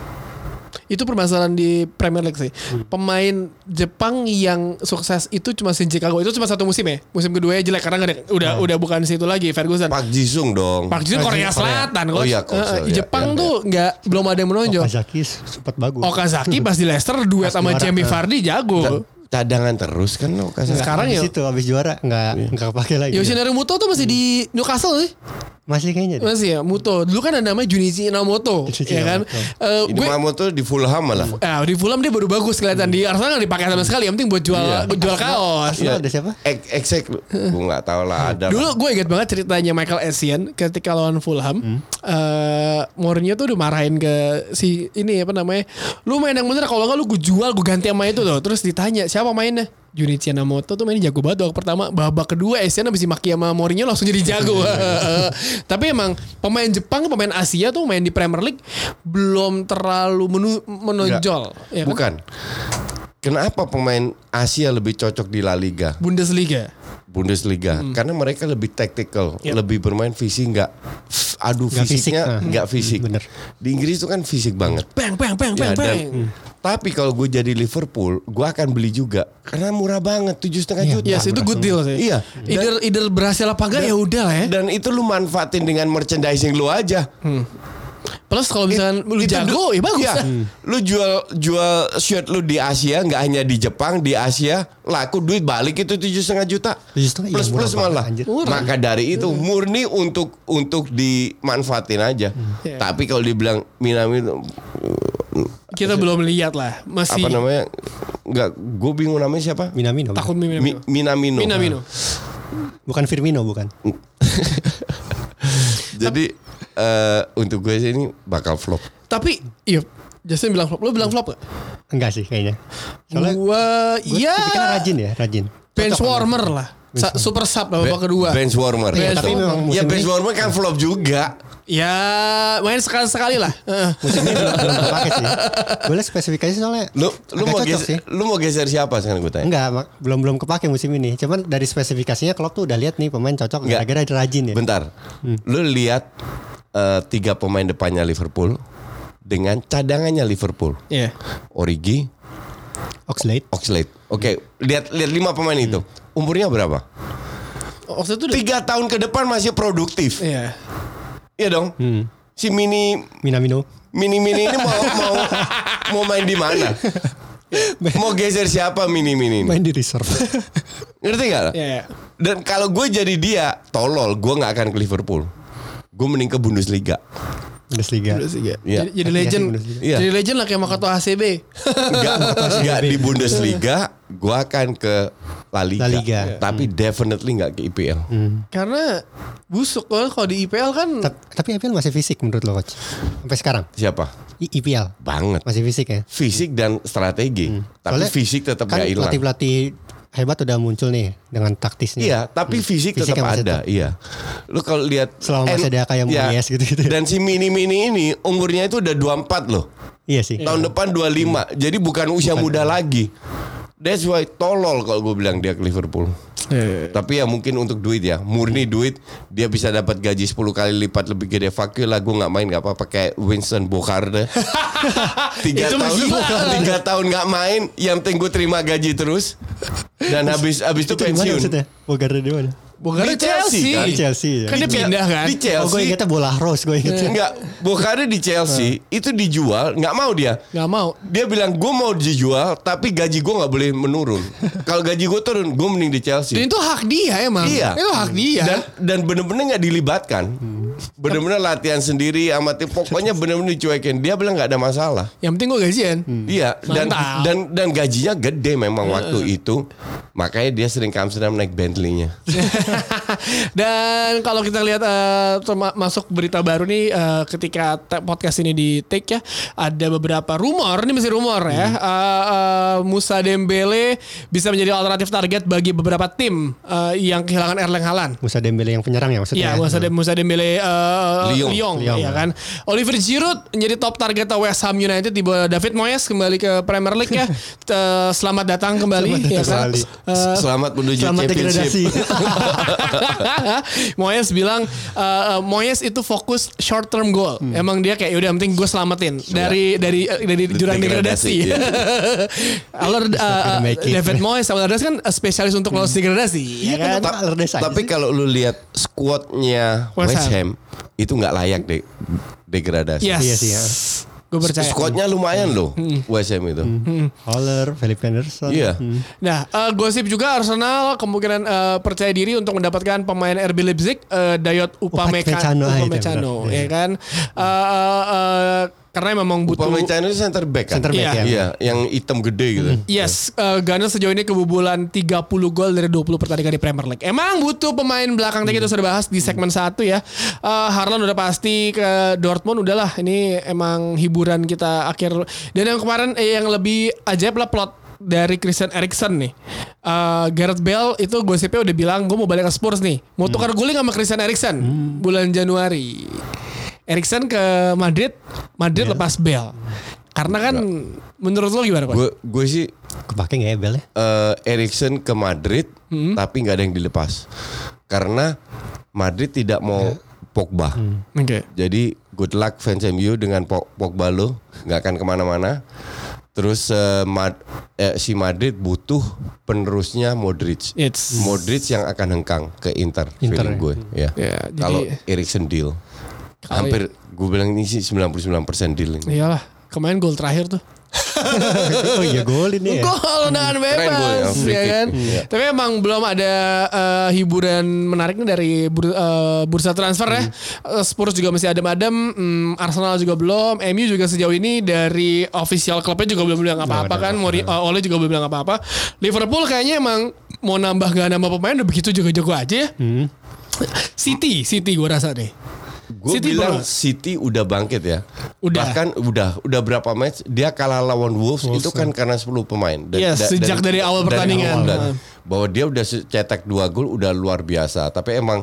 Itu permasalahan di Premier League sih. Hmm. Pemain Jepang yang sukses itu cuma Shinji Kagawa. Itu cuma satu musim ya. Musim kedua ya jelek karena gak ada, udah hmm. udah bukan situ lagi Ferguson. Park Ji-sung dong. Park Ji-sung Korea Selatan. Oh iya, uh, Jepang ya, tuh nggak ya. belum ada yang menonjol. Okazaki sempat bagus. Okazaki pas di Leicester duet sama Jamie Vardy jago. Cadangan terus kan lo sekarang ya situ habis juara nggak yeah. nggak kepake lagi. Yoshinari Muto tuh masih hmm. di Newcastle sih. Masih kayaknya deh. Masih ya Muto. Dulu kan ada namanya Junichi Inamoto ya kan. Uh, Inamoto di Fulham malah. Ah di Fulham dia baru bagus kelihatan. Di Arsenal nggak dipakai sama sekali. Yang penting buat jual yeah. jual kaos. Iya. Ada siapa? Exek gue nggak tahu lah ada. Dulu gue ingat banget ceritanya Michael Essien ketika lawan Fulham. Hmm. Uh, Mourinho tuh udah marahin ke si ini apa namanya. Lu main yang bener kalau nggak lu gue jual gue ganti sama itu tuh. Terus ditanya siapa mainnya? Junichi Inamoto tuh mainnya jago banget waktu pertama. Babak kedua Essien habis maki sama Mourinho langsung jadi jago. Tapi emang pemain Jepang, pemain Asia tuh main di Premier League belum terlalu menu- menonjol. Ya kan? Bukan. Kenapa pemain Asia lebih cocok di La Liga? Bundesliga. Bundesliga. Hmm. Karena mereka lebih tactical, yep. lebih bermain fisik nggak adu gak fisiknya nggak fisik. fisik. Bener. Di Inggris itu kan fisik banget. Bang bang bang bang ya, bang. Hmm. Tapi kalau gue jadi Liverpool, gue akan beli juga karena murah banget tujuh setengah ya, juta. Yes, itu good deal sih. Iya. Either either berhasil apa enggak ya udah lah ya. Dan itu lu manfaatin dengan merchandising lu aja. Hmm. Plus kalau misalnya It, lu jago ya bagus. Iya. Hmm. Lu jual jual shirt lu di Asia, nggak hanya di Jepang, di Asia laku duit balik itu tujuh setengah juta. Plus plus malah. Maka dari itu murni untuk untuk dimanfaatin aja. Hmm. Yeah. Tapi kalau dibilang Minamino kita masih, belum lihat lah masih apa namanya nggak gue bingung namanya siapa Minamino takut Minamino Mi, Minamino Minamino bukan Firmino bukan jadi uh, untuk gue sih ini bakal flop tapi iya Justin bilang flop lo bilang flop gak? Enggak sih kayaknya soalnya gue iya kan rajin ya rajin bench warmer lah Sa- super sub lah babak kedua bench warmer ya, tapi memang ya bench warmer kan flop juga. Ya main sekali-sekali lah. Musim ini belum, belum kepake sih. Boleh spesifikasi soalnya. Lu lu mau geser, lu mau geser siapa sekarang gue tanya? Enggak, mak, belum belum kepake musim ini. Cuman dari spesifikasinya Klopp tuh udah lihat nih pemain cocok gara-gara rajin ya. Bentar. Hmm. Lu lihat uh, tiga pemain depannya Liverpool dengan cadangannya Liverpool. Iya. Yeah. Origi, Oxlade. Oxlade. Oke, okay. lihat lihat lima pemain hmm. itu. Umurnya berapa? Oxlade tuh tiga tahun ke depan masih produktif. Iya. Yeah. Iya dong. Hmm. Si Mini Minamino. Mini-mini ini mau mau mau main di mana? Mau geser siapa Mini-mini ini? Main di reserve. Ngerti gak? Yeah. Dan kalau gue jadi dia, tolol, gue gak akan ke Liverpool. Gue mending ke Bundesliga. Bundesliga. Bundesliga. Ya. Jadi, jadi legend. Ya. Jadi legend lah kayak Makato H C B. Enggak, enggak di Bundesliga, gue akan ke La Liga, La Liga. tapi hmm. definitely nggak ke I P L. Hmm. Karena busuk loh kalau di I P L kan. Ta- tapi I P L masih fisik menurut lo coach sampai sekarang? Siapa? I- IPL Banget. masih fisik ya. Fisik dan strategi, hmm. tapi Soalnya fisik tetap kan nggak hilang. pelatih-pelatih hebat udah muncul nih dengan taktisnya. Iya, tapi Hmm. fisik Fisiknya tetap masih ada. tetap. Iya. Lu kalau lihat Selama masih ada kayak ya, Moyes gitu-gitu. Dan si mini-mini ini umurnya itu udah dua puluh empat loh. Iya sih. Tahun depan dua puluh lima. Hmm. Jadi bukan usia Bukan. muda lagi. That's why tolol kalau gue bilang dia ke Liverpool. Yeah. Tapi ya mungkin untuk duit ya, murni duit, dia bisa dapat gaji sepuluh kali lipat lebih gede. Fuck you lah, gue nggak main nggak apa-apa kayak Winston Bogarde. tiga Itu mah tahun, gila. tiga tahun nggak main, yang penting gue terima gaji terus. Dan habis habis itu Itu di mana pensiun. maksudnya? Bogarde di mana? Bukan Di Chelsea. Chelsea, kan? Di Chelsea ya. Kan dia pindah kan. Di Chelsea. Oh gue ingetnya bola Rose gue ingetnya. Enggak, Bogarde di Chelsea itu dijual, nggak mau dia. Gak mau. Dia bilang gue mau dijual, tapi gaji gue nggak boleh menurun. Kalau gaji gue turun, gue mending di Chelsea. Dan itu hak dia emang. Iya. Itu hak dia. Dan dan bener-bener nggak dilibatkan. Bener-bener latihan sendiri sama tim. Pokoknya bener-bener dicuekin. Dia bilang nggak ada masalah. Yang penting gue gajian. Iya. Dan, Mantap. dan dan gajinya gede memang waktu itu. Makanya dia sering ke Amsterdam naik Bentley-nya. Dan kalau kita lihat uh, masuk berita baru nih uh, ketika te- podcast ini di take ya, ada beberapa rumor, ini masih rumor ya, uh, uh, Moussa Dembele bisa menjadi alternatif target bagi beberapa tim uh, yang kehilangan Erling Haaland. Moussa Dembele yang penyerang ya maksudnya. Iya, Moussa, Dem- Moussa Dembele uh, Lyon. Lyon, Lyon. ya kan. Oliver Giroud menjadi top target West Ham United di bawah David Moyes kembali ke Premier League ya. Uh, selamat datang kembali Selamat ya datang kan. kembali. Uh, Selamat menuju Selamat championship. degradasi. Moyes bilang uh, uh, Moyes itu fokus short term goal. Hmm. Emang dia kayak yaudah yang penting gue selamatin dari dari uh, dari jurang degradasi. Degradasi, iya. Kalau uh, make it. David Moyes sama Allardyce kan spesialis untuk lolos degradasi, ya kan? kenapa Allardyce aja Tapi sih? kalau lu lihat squadnya West West Ham itu nggak layak deh degradasi. Yes. Iya sih ya. Gue percaya. Squadnya lumayan loh West Ham itu. Haller, Philip Henderson. Iya. Nah, uh, gosip juga Arsenal kemungkinan uh, percaya diri untuk mendapatkan pemain R B Leipzig, uh, Dayot Upamecano, Upamecano, ah, itu Upamecano, benar. ya kan? Uh, uh, uh, karena memang butuh. Upamecano itu center back kan? Center back Iya. ya. Iya, yang hitam gede gitu. Yes, uh, Gunners sejauh ini kebobolan tiga puluh gol dari dua puluh pertandingan di Premier League. Emang butuh pemain belakang tadi kita sudah bahas di segmen satu ya. Uh, Haaland udah pasti ke Dortmund, udahlah ini emang hiburan kita akhir. Dan yang kemarin eh, yang lebih ajaib lah plot dari Christian Eriksen nih. Uh, Gareth Bale itu gosipnya udah bilang gue mau balik ke Spurs nih. Mau tukar guling sama Christian Eriksen bulan Januari. Eriksen ke Madrid, Madrid lepas Bale. Karena kan menurut lo gimana Pak? Gue gue sih Kepake gak ya Bel ya? uh, Eriksen ke Madrid tapi nggak ada yang dilepas. Karena Madrid tidak mau Pogba. Oke. Jadi good luck fans M U dengan Po- Pogba lo nggak akan kemana-mana. Terus uh, Mad- eh, si Madrid butuh penerusnya Modric. It's Modric yang akan hengkang ke Inter, Inter, feeling ya. gue. Ya. Ya, jadi- Kalau Eriksen deal, hampir gue bilang ini sih sembilan puluh sembilan persen deal ini. iyalah, kemarin gol terakhir tuh. Oh iya gol ini ya. Gol dengan Keren gol ya, bebas, free ya kick. kan. Iya. Tapi emang belum ada uh, hiburan menarik nih dari bur, uh, bursa transfer ya. Uh, Spurs juga masih adem-adem, um, Arsenal juga belum, M U juga sejauh ini dari official klubnya juga belum bilang apa-apa kan. Mori, uh, Ole juga belum bilang apa-apa. Liverpool kayaknya emang mau nambah gak nambah pemain udah begitu jago-jago aja ya. City, City gue rasa deh. Gue City bilang belum. City udah bangkit ya. Udah. Bahkan udah udah berapa match dia kalah lawan Wolves, itu kan karena sepuluh pemain. Dan- Yes, da- sejak dari awal pertandingan. dan bahwa dia udah cetak dua gol udah luar biasa. Tapi emang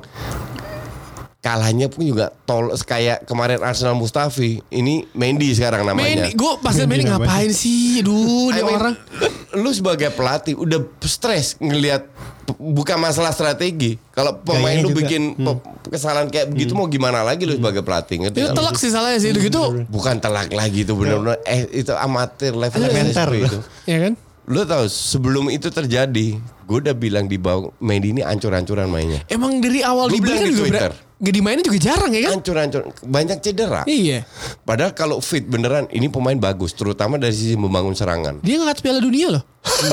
kalahnya pun juga tol kayak kemarin Arsenal Mustafi. Ini Mendy sekarang namanya. Mendy, gue pasti Mendy ngapain sih? Aduh, I dia mean, orang. Lu sebagai pelatih udah stres ngelihat p- bukan masalah strategi. Kalau pemain Gayanya lu juga. bikin pe- kesalahan kayak begitu mau gimana lagi lu sebagai pelatih ngerti? Itu nggak? telak sih salahnya sih itu gitu. Bukan telak lagi itu benar-benar eh itu amatir level Elementer. S S P itu. Ya kan? Lu tahu sebelum itu terjadi, gue udah bilang di bawah Mendy ini ancur-ancuran mainnya. Emang dari awal Gua dibeli bilang kan di juga Twitter. ber- nggak dimainin juga jarang ya kan? Ancur-ancur, banyak cedera. Iya. Padahal kalau fit beneran ini pemain bagus, terutama dari sisi membangun serangan. Dia ngangkat Piala Dunia loh.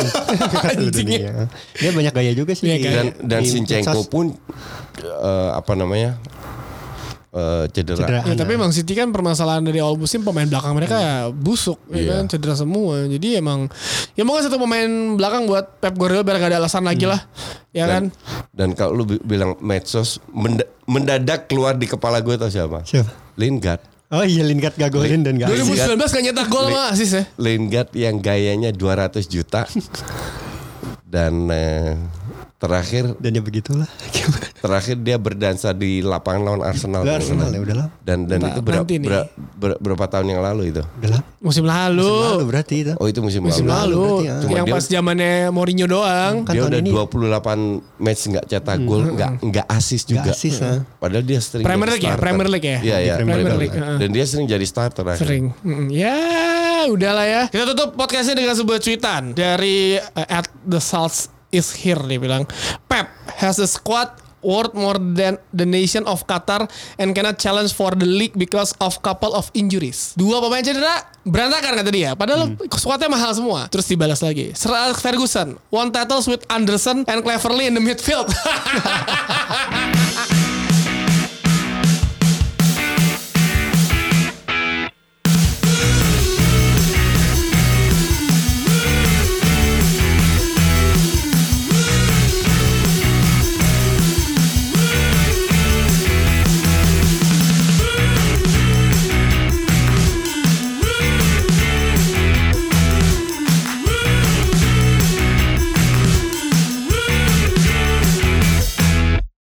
Dunia. Dia banyak gaya juga sih. Iya, di- kan? Dan dan di Zinchenko medsos. pun eh, apa namanya? uh, cedera. Cedera. Ya, tapi emang City kan permasalahan dari awal musim pemain belakang mereka busuk, ya Iya. kan cedera semua. Jadi emang ya mau satu pemain belakang buat Pep Guardiola biar gak ada alasan lagi lah, ya kan? Dan kalau lu bi- bilang medsos menda- mendadak keluar di kepala gue tau siapa? Siapa? Lingard. Oh iya, Lingard gak golin dan gak dua ribu assist. sembilan belas gak nyetak gol sama asis ya. Lingard yang gayanya dua ratus juta. Dan eh, terakhir Dan ya begitulah. terakhir dia berdansa di lapangan lawan Arsenal. Udah Arsenal ya, udah lah. Dan dan Nah, itu ber- nanti nih. ber- ber- berapa tahun yang lalu itu? Udah lah. Musim lalu. Lalu berarti itu. Oh itu musim, Musim lalu. lalu, berarti, ya. Cuma yang dia- pas zamannya Mourinho doang. Kan Dia tahun udah ini- dua puluh delapan match nggak cetak gol, nggak nggak assist Nggak juga. assist, ah. Padahal dia sering Premier jadi League ya? starter. Premier League ya? Iya iya. Premier Premier League, League. uh-uh. Dan dia sering jadi starter akhirnya. Sering. Mm, ya, udahlah ya. Kita tutup podcastnya dengan sebuah tweetan dari uh, at the Salts is here, dia bilang, Pep has a squad worth more than the nation of Qatar and cannot challenge for the league because of couple of injuries. Dua pemain cedera berantakan kata dia. Padahal hmm. squadnya mahal semua. Terus dibalas lagi. Sir Alex Ferguson won titles with Anderson and Cleverley in the midfield.